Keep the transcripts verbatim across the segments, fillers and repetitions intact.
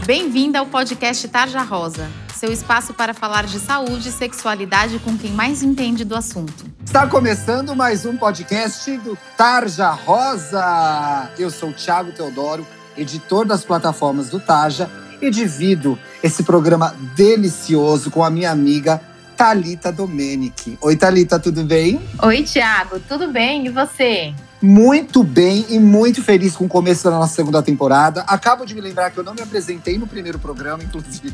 Bem-vinda ao podcast Tarja Rosa, seu espaço para falar de saúde e sexualidade com quem mais entende do assunto. Está começando mais um podcast do Tarja Rosa. Eu sou o Thiago Teodoro, editor das plataformas do Tarja, e divido esse programa delicioso com a minha amiga Thalita Domenici. Oi, Thalita, tudo bem? Oi, Thiago, tudo bem? E você? Muito bem e muito feliz com o começo da nossa segunda temporada. Acabo de me lembrar que eu não me apresentei no primeiro programa, inclusive.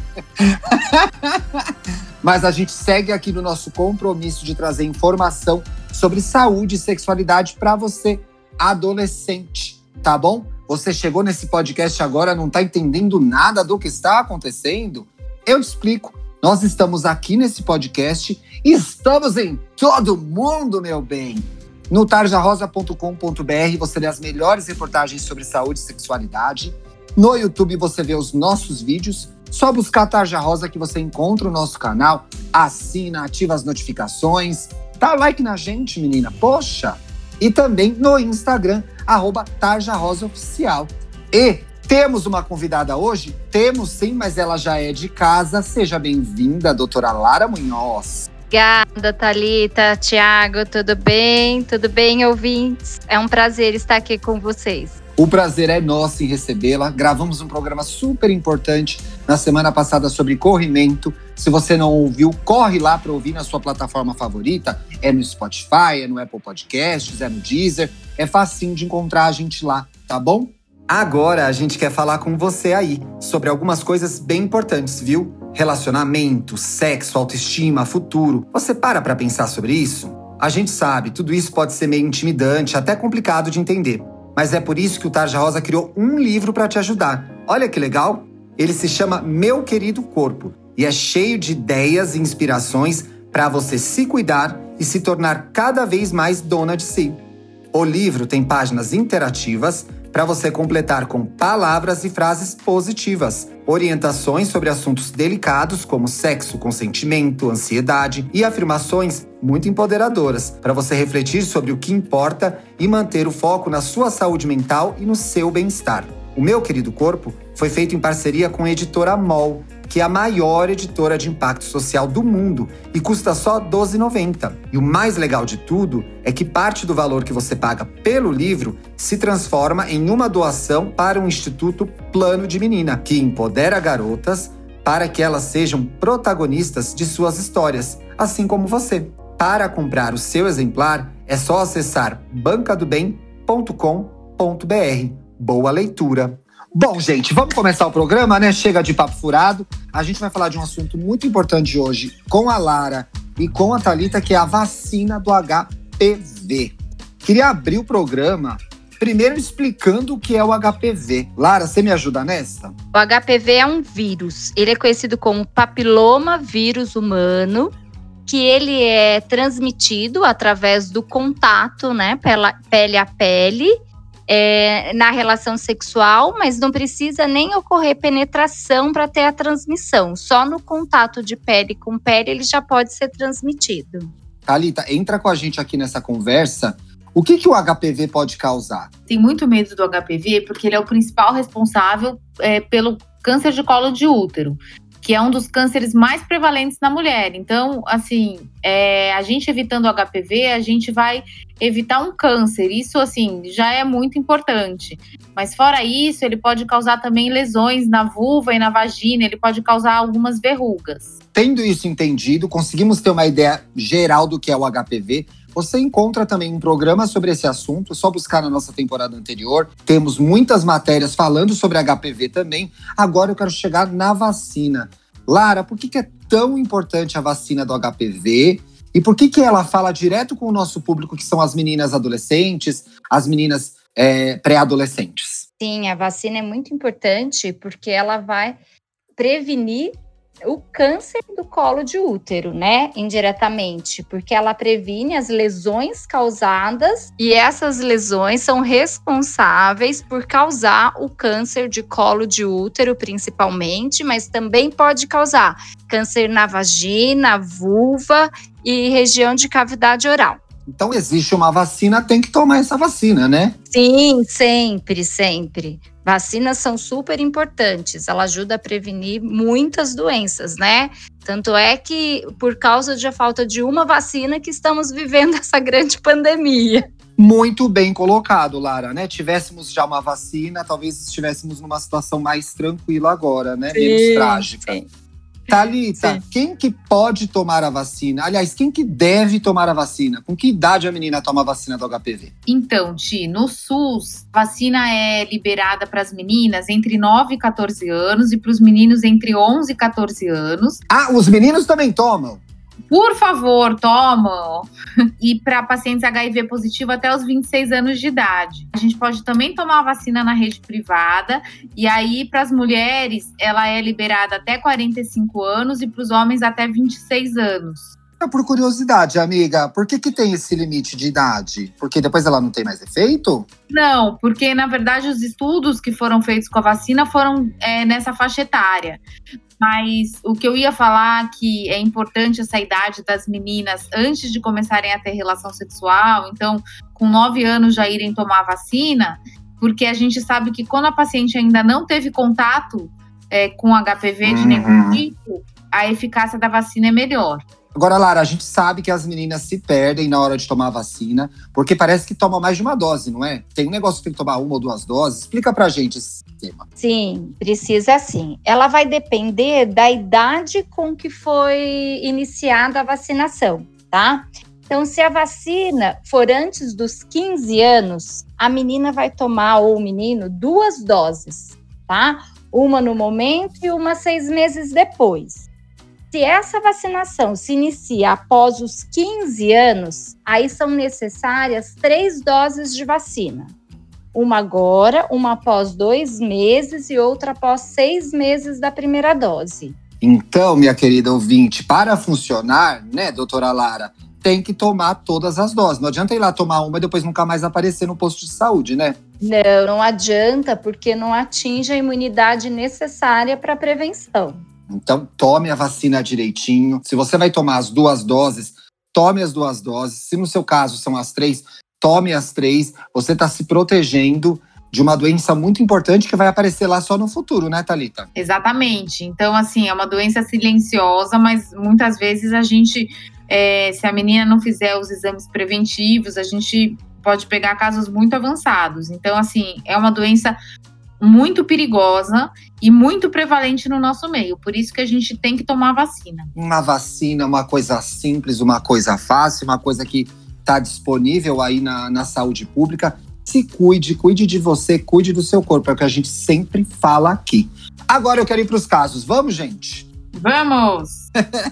Mas a gente segue aqui no nosso compromisso de trazer informação sobre saúde e sexualidade para você, adolescente, tá bom? Você chegou nesse podcast agora, não tá entendendo nada do que está acontecendo? Eu te explico. Nós estamos aqui nesse podcast e estamos em todo mundo, meu bem. No tarja rosa ponto com ponto b r você vê as melhores reportagens sobre saúde e sexualidade. No YouTube você vê os nossos vídeos. Só buscar Tarja Rosa que você encontra o nosso canal. Assina, ativa as notificações. Dá like na gente, menina. Poxa! E também no Instagram, arroba Tarja Rosa Oficial. E temos uma convidada hoje? Temos sim, mas ela já é de casa. Seja bem-vinda, doutora Lara Munhoz. Obrigada, Thalita, Thiago, tudo bem? Tudo bem, ouvintes? É um prazer estar aqui com vocês. O prazer é nosso em recebê-la. Gravamos um programa super importante na semana passada sobre corrimento. Se você não ouviu, corre lá para ouvir na sua plataforma favorita. É no Spotify, é no Apple Podcasts, é no Deezer. É facinho de encontrar a gente lá, tá bom? Agora a gente quer falar com você aí sobre algumas coisas bem importantes, viu? Relacionamento, sexo, autoestima, futuro. Você para pra pensar sobre isso? A gente sabe, tudo isso pode ser meio intimidante, até complicado de entender. Mas é por isso que o Tarja Rosa criou um livro para te ajudar. Olha que legal! Ele se chama Meu Querido Corpo e é cheio de ideias e inspirações para você se cuidar e se tornar cada vez mais dona de si. O livro tem páginas interativas para você completar com palavras e frases positivas, orientações sobre assuntos delicados como sexo, consentimento, ansiedade e afirmações muito empoderadoras para você refletir sobre o que importa e manter o foco na sua saúde mental e no seu bem-estar. O Meu Querido Corpo foi feito em parceria com a editora M O L, que é a maior editora de impacto social do mundo e custa só doze reais e noventa centavos. E o mais legal de tudo é que parte do valor que você paga pelo livro se transforma em uma doação para o Instituto Plano de Menina, que empodera garotas para que elas sejam protagonistas de suas histórias, assim como você. Para comprar o seu exemplar, é só acessar banca do bem ponto com ponto b r. Boa leitura! Bom, gente, vamos começar o programa, né? Chega de papo furado. A gente vai falar de um assunto muito importante hoje com a Lara e com a Thalita, que é a vacina do H P V. Queria abrir o programa primeiro explicando o que é o H P V. Lara, você me ajuda nessa? O H P V é um vírus. Ele é conhecido como papiloma vírus humano, que ele é transmitido através do contato, né? Pela pele a pele. É, na relação sexual, mas não precisa nem ocorrer penetração para ter a transmissão. Só no contato de pele com pele ele já pode ser transmitido. Thalita, entra com a gente aqui nessa conversa. O que, que o H P V pode causar? Tem muito medo do H P V porque ele é o principal responsável é, pelo câncer de colo de útero, que é um dos cânceres mais prevalentes na mulher. Então, assim, é, a gente evitando o H P V, a gente vai evitar um câncer. Isso, assim, já é muito importante. Mas fora isso, ele pode causar também lesões na vulva e na vagina, ele pode causar algumas verrugas. Tendo isso entendido, conseguimos ter uma ideia geral do que é o H P V. Você encontra também um programa sobre esse assunto, é só buscar na nossa temporada anterior. Temos muitas matérias falando sobre H P V também. Agora eu quero chegar na vacina. Lara, por que, que é tão importante a vacina do H P V? E por que, que ela fala direto com o nosso público, que são as meninas adolescentes, as meninas é, pré-adolescentes? Sim, a vacina é muito importante porque ela vai prevenir o câncer do colo de útero, né, indiretamente, porque ela previne as lesões causadas e essas lesões são responsáveis por causar o câncer de colo de útero, principalmente, mas também pode causar câncer na vagina, vulva e região de cavidade oral. Então existe uma vacina, tem que tomar essa vacina, né? Sim, sempre, sempre. Vacinas são super importantes, ela ajuda a prevenir muitas doenças, né? Tanto é que, por causa da falta de uma vacina, que estamos vivendo essa grande pandemia. Muito bem colocado, Lara, né? Tivéssemos já uma vacina, talvez estivéssemos numa situação mais tranquila agora, né? Sim, menos trágica. Sim. Thalita, Sim. Quem que pode tomar a vacina? Aliás, quem que deve tomar a vacina? Com que idade a menina toma a vacina do H P V? Então, Ti, no SUS, a vacina é liberada para as meninas entre nove e quatorze anos e para os meninos entre onze e quatorze anos. Ah, os meninos também tomam? Por favor, tomam. E para pacientes H I V positivo até os vinte e seis anos de idade. A gente pode também tomar a vacina na rede privada. E aí, para as mulheres, ela é liberada até quarenta e cinco anos e para os homens até vinte e seis anos. Por curiosidade, amiga, por que que tem esse limite de idade? Porque depois ela não tem mais efeito? Não, porque na verdade os estudos que foram feitos com a vacina foram é, nessa faixa etária. Mas o que eu ia falar que é importante essa idade das meninas antes de começarem a ter relação sexual, então com nove anos já irem tomar a vacina, porque a gente sabe que quando a paciente ainda não teve contato é, com H P V de Uhum. nenhum tipo, a eficácia da vacina é melhor. Agora, Lara, a gente sabe que as meninas se perdem na hora de tomar a vacina, porque parece que toma mais de uma dose, não é? Tem um negócio que tem que tomar uma ou duas doses. Explica pra gente esse tema. Sim, precisa sim. Ela vai depender da idade com que foi iniciada a vacinação, tá? Então, se a vacina for antes dos quinze anos, a menina vai tomar, ou o menino, duas doses, tá? Uma no momento e uma seis meses depois. Se essa vacinação se inicia após os quinze anos, aí são necessárias três doses de vacina. Uma agora, uma após dois meses e outra após seis meses da primeira dose. Então, minha querida ouvinte, para funcionar, né, doutora Lara, tem que tomar todas as doses. Não adianta ir lá tomar uma e depois nunca mais aparecer no posto de saúde, né? Não, não adianta, porque não atinge a imunidade necessária para a prevenção. Então, tome a vacina direitinho. Se você vai tomar as duas doses, tome as duas doses. Se no seu caso são as três, tome as três. Você está se protegendo de uma doença muito importante que vai aparecer lá só no futuro, né, Thalita? Exatamente. Então, assim, é uma doença silenciosa, mas muitas vezes a gente, é, se a menina não fizer os exames preventivos, a gente pode pegar casos muito avançados. Então, assim, é uma doença muito perigosa e muito prevalente no nosso meio. Por isso que a gente tem que tomar vacina. Uma vacina, uma coisa simples, uma coisa fácil, uma coisa que está disponível aí na, na saúde pública. Se cuide, cuide de você, cuide do seu corpo. É o que a gente sempre fala aqui. Agora eu quero ir para os casos. Vamos, gente? Vamos!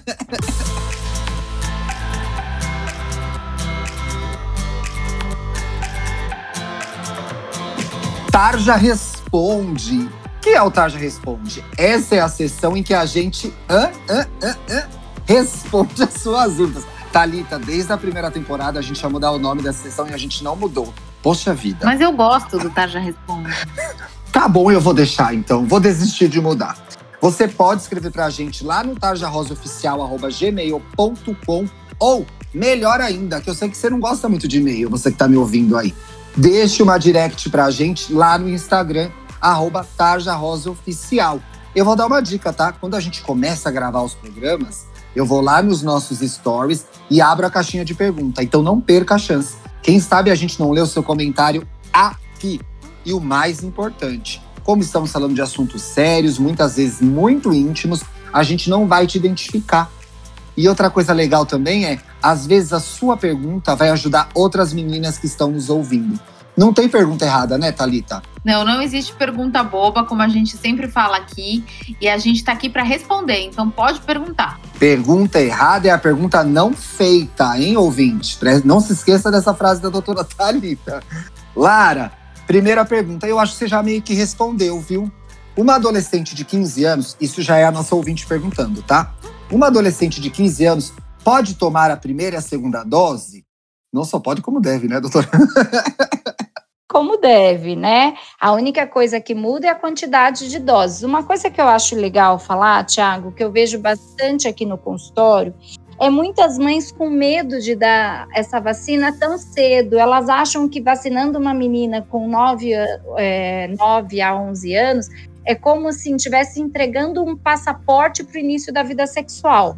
Tarja Responde. O que é o Tarja Responde? Essa é a sessão em que a gente ah, ah, ah, ah, responde as suas dúvidas. Thalita, desde a primeira temporada a gente ia mudar o nome dessa sessão e a gente não mudou. Poxa vida. Mas eu gosto do Tarja Responde. Tá bom, eu vou deixar então. Vou desistir de mudar. Você pode escrever pra gente lá no tarja rosa oficial arroba gmail ponto com ou, melhor ainda, que eu sei que você não gosta muito de e-mail, você que tá me ouvindo aí. Deixe uma direct pra gente lá no Instagram, arroba tarja rosa oficial. Eu vou dar uma dica, tá? Quando a gente começa a gravar os programas, eu vou lá nos nossos stories e abro a caixinha de pergunta. Então não perca a chance. Quem sabe a gente não lê o seu comentário aqui. E o mais importante, como estamos falando de assuntos sérios, muitas vezes muito íntimos, a gente não vai te identificar. E outra coisa legal também é, às vezes a sua pergunta vai ajudar outras meninas que estão nos ouvindo. Não tem pergunta errada, né, Thalita? Não, não existe pergunta boba, como a gente sempre fala aqui. E a gente tá aqui para responder, então pode perguntar. Pergunta errada é a pergunta não feita, hein, ouvinte? Não se esqueça dessa frase da doutora Thalita. Lara, primeira pergunta, eu acho que você já meio que respondeu, viu? Uma adolescente de quinze anos, isso já é a nossa ouvinte perguntando, tá? Uma adolescente de quinze anos pode tomar a primeira e a segunda dose? Não só pode, como deve, né, doutora? Como deve, né? A única coisa que muda é a quantidade de doses. Uma coisa que eu acho legal falar, Thiago, que eu vejo bastante aqui no consultório, é muitas mães com medo de dar essa vacina tão cedo. Elas acham que vacinando uma menina com nove a onze anos é como se estivesse entregando um passaporte para o início da vida sexual.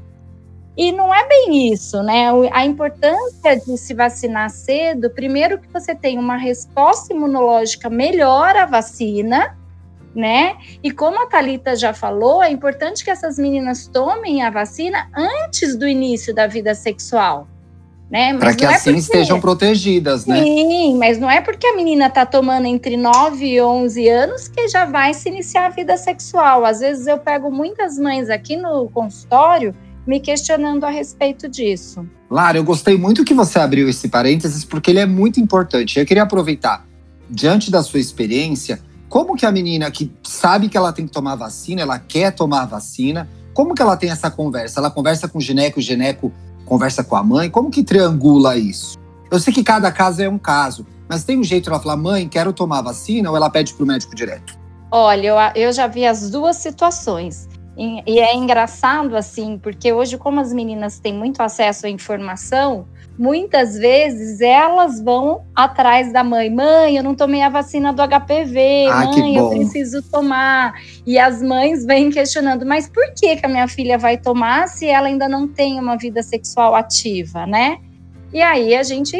E não é bem isso, né? A importância de se vacinar cedo, primeiro que você tem uma resposta imunológica melhor à vacina, né? E como a Thalita já falou, é importante que essas meninas tomem a vacina antes do início da vida sexual, né? Para que assim porque... estejam protegidas, né? Sim, mas não é porque a menina está tomando entre nove e onze anos que já vai se iniciar a vida sexual. Às vezes eu pego muitas mães aqui no consultório me questionando a respeito disso. Lara, eu gostei muito que você abriu esse parênteses, porque ele é muito importante. Eu queria aproveitar, diante da sua experiência, como que a menina que sabe que ela tem que tomar vacina, ela quer tomar a vacina, como que ela tem essa conversa? Ela conversa com o gineco, o gineco conversa com a mãe? Como que triangula isso? Eu sei que cada caso é um caso, mas tem um jeito de ela falar, mãe, quero tomar vacina, ou ela pede pro médico direto? Olha, eu, eu já vi as duas situações. E é engraçado, assim, porque hoje, como as meninas têm muito acesso à informação, muitas vezes elas vão atrás da mãe. Mãe, eu não tomei a vacina do H P V. Ah, mãe, eu preciso tomar. E as mães vêm questionando, mas por que que a minha filha vai tomar se ela ainda não tem uma vida sexual ativa, né? E aí a gente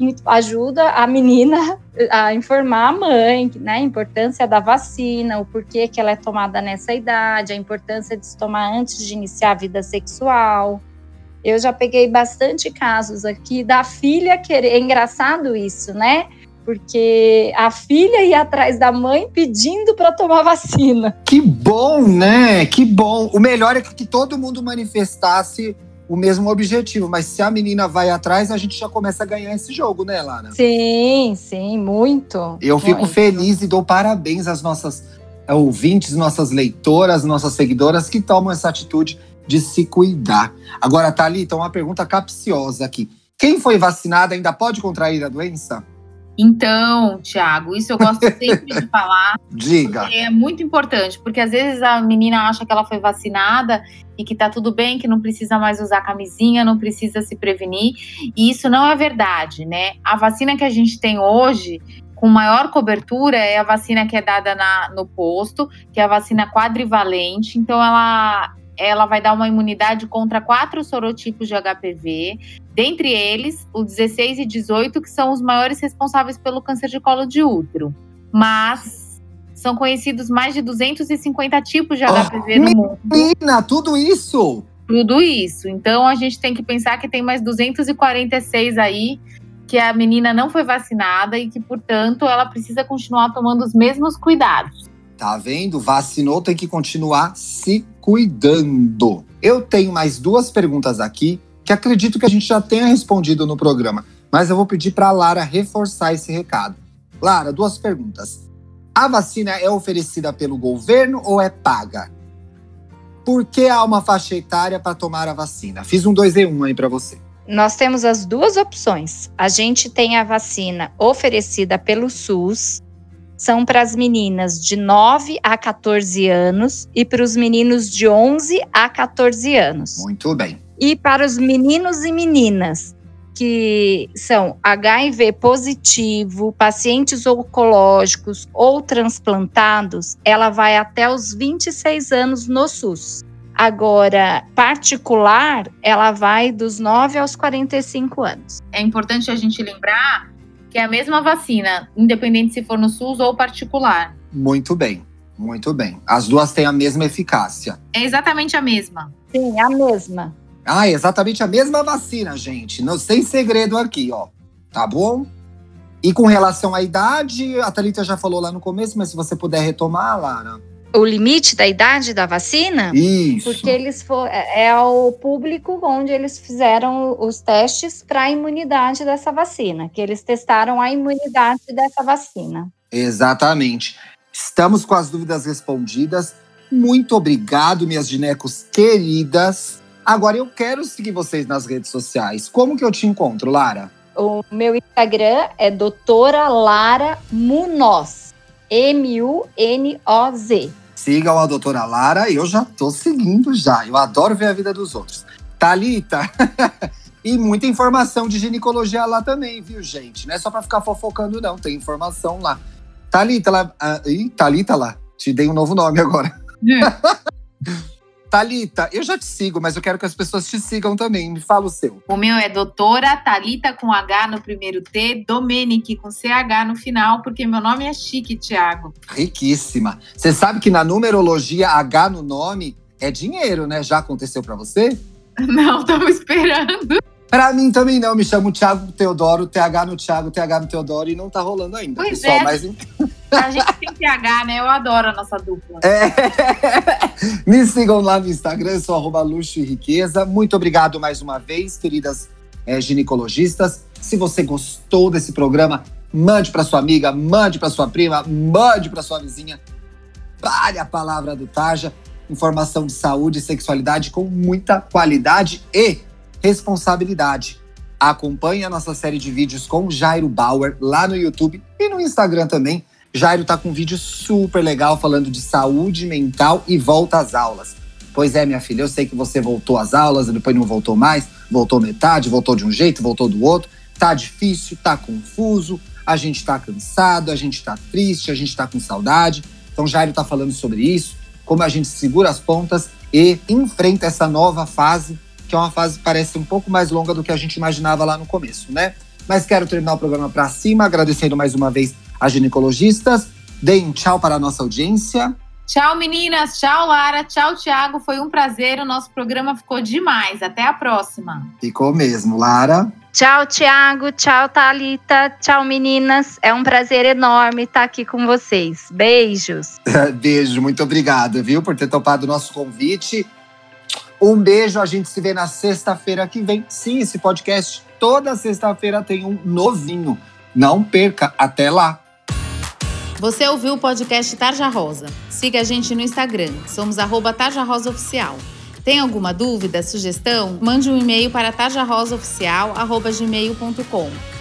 ajuda a menina a informar a mãe, né, a importância da vacina, o porquê que ela é tomada nessa idade, a importância de se tomar antes de iniciar a vida sexual. Eu já peguei bastante casos aqui da filha querer, é engraçado isso, né? Porque a filha ia atrás da mãe pedindo para tomar vacina. Que bom, né? Que bom. O melhor é que todo mundo manifestasse o mesmo objetivo, mas se a menina vai atrás, a gente já começa a ganhar esse jogo, né, Lara? Sim, sim, muito. Eu fico muito. feliz e dou parabéns às nossas ouvintes, nossas leitoras, nossas seguidoras que tomam essa atitude de se cuidar. Agora, Thalita, uma pergunta capciosa aqui. Quem foi vacinado ainda pode contrair a doença? Então, Thiago, isso eu gosto sempre de falar. Diga. É muito importante, porque às vezes a menina acha que ela foi vacinada e que tá tudo bem, que não precisa mais usar camisinha, não precisa se prevenir. E isso não é verdade, né? A vacina que a gente tem hoje, com maior cobertura, é a vacina que é dada na, no posto, que é a vacina quadrivalente. Então, ela... ela vai dar uma imunidade contra quatro sorotipos de H P V, dentre eles, o dezesseis e dezoito, que são os maiores responsáveis pelo câncer de colo de útero. Mas são conhecidos mais de duzentos e cinquenta tipos de H P V oh, no mundo. Menina, tudo isso? Tudo isso. Então, a gente tem que pensar que tem mais duzentos e quarenta e seis aí, que a menina não foi vacinada e que, portanto, ela precisa continuar tomando os mesmos cuidados. Tá vendo? Vacinou, tem que continuar se cuidando. Eu tenho mais duas perguntas aqui, que acredito que a gente já tenha respondido no programa, mas eu vou pedir para a Lara reforçar esse recado. Lara, duas perguntas. A vacina é oferecida pelo governo ou é paga? Por que há uma faixa etária para tomar a vacina? Fiz um dois em um aí para você. Nós temos as duas opções. A gente tem a vacina oferecida pelo SUS, são para as meninas de nove a quatorze anos e para os meninos de onze a quatorze anos. Muito bem. E para os meninos e meninas que são H I V positivo, pacientes oncológicos ou transplantados, ela vai até os vinte e seis anos no SUS. Agora, particular, ela vai dos nove aos quarenta e cinco anos. É importante a gente lembrar que é a mesma vacina, independente se for no SUS ou particular. Muito bem, muito bem. As duas têm a mesma eficácia. É exatamente a mesma. Sim, é a mesma. Ah, é exatamente a mesma vacina, gente. Não, sem segredo aqui, ó. Tá bom? E com relação à idade, a Thalita já falou lá no começo, mas se você puder retomar, Lara. O limite da idade da vacina? Isso. Porque eles for, é o público onde eles fizeram os testes para a imunidade dessa vacina, que eles testaram a imunidade dessa vacina. Exatamente. Estamos com as dúvidas respondidas. Muito obrigado, minhas ginecos queridas. Agora eu quero seguir vocês nas redes sociais. Como que eu te encontro, Lara? O meu Instagram é doutora Lara Munoz. M U N O Z. Sigam a doutora Lara, eu já tô seguindo já. Eu adoro ver a vida dos outros. Thalita. E muita informação de ginecologia lá também, viu, gente? Não é só pra ficar fofocando, não. Tem informação lá. Thalita, lá. Ah, ih, Thalita lá. Te dei um novo nome agora. Thalita, eu já te sigo, mas eu quero que as pessoas te sigam também. Me fala o seu. O meu é doutora Thalita com H no primeiro T, Domenic com C H no final, porque meu nome é chique, Thiago. Riquíssima. Você sabe que na numerologia, H no nome é dinheiro, né? Já aconteceu pra você? Não, estamos esperando. Pra mim também não. Me chamo Thiago Teodoro, T H no Thiago, T H no Teodoro e não tá rolando ainda, pois pessoal. É. Mas... A gente tem T H, né? Eu adoro a nossa dupla. É. Me sigam lá no Instagram, eu sou arroba luxo e riqueza. Muito obrigado mais uma vez, queridas é, ginecologistas. Se você gostou desse programa, mande pra sua amiga, mande pra sua prima, mande pra sua vizinha. Pare a palavra do Taja. Informação de saúde e sexualidade com muita qualidade e responsabilidade. Acompanhe a nossa série de vídeos com Jairo Bauer lá no YouTube e no Instagram também. Jairo tá com um vídeo super legal falando de saúde mental e volta às aulas. Pois é, minha filha, eu sei que você voltou às aulas e depois não voltou mais, voltou metade, voltou de um jeito, voltou do outro. Tá difícil, tá confuso, a gente tá cansado, a gente tá triste, a gente tá com saudade. Então Jairo tá falando sobre isso, como a gente segura as pontas e enfrenta essa nova fase, que é uma fase que parece um pouco mais longa do que a gente imaginava lá no começo, né? Mas quero terminar o programa pra cima, agradecendo mais uma vez as ginecologistas. Deem um tchau para a nossa audiência. Tchau, meninas. Tchau, Lara. Tchau, Thiago. Foi um prazer. O nosso programa ficou demais. Até a próxima. Ficou mesmo, Lara. Tchau, Thiago. Tchau, Thalita. Tchau, meninas. É um prazer enorme estar aqui com vocês. Beijos. Beijo. Muito obrigada, viu, por ter topado o nosso convite. Um beijo. A gente se vê na sexta-feira que vem. Sim, esse podcast toda sexta-feira tem um novinho. Não perca. Até lá. Você ouviu o podcast Tarja Rosa? Siga a gente no Instagram, somos arroba Tarja Rosa Oficial. Tem alguma dúvida, sugestão? Mande um e-mail para tarjarosaoficial arroba gmail ponto com.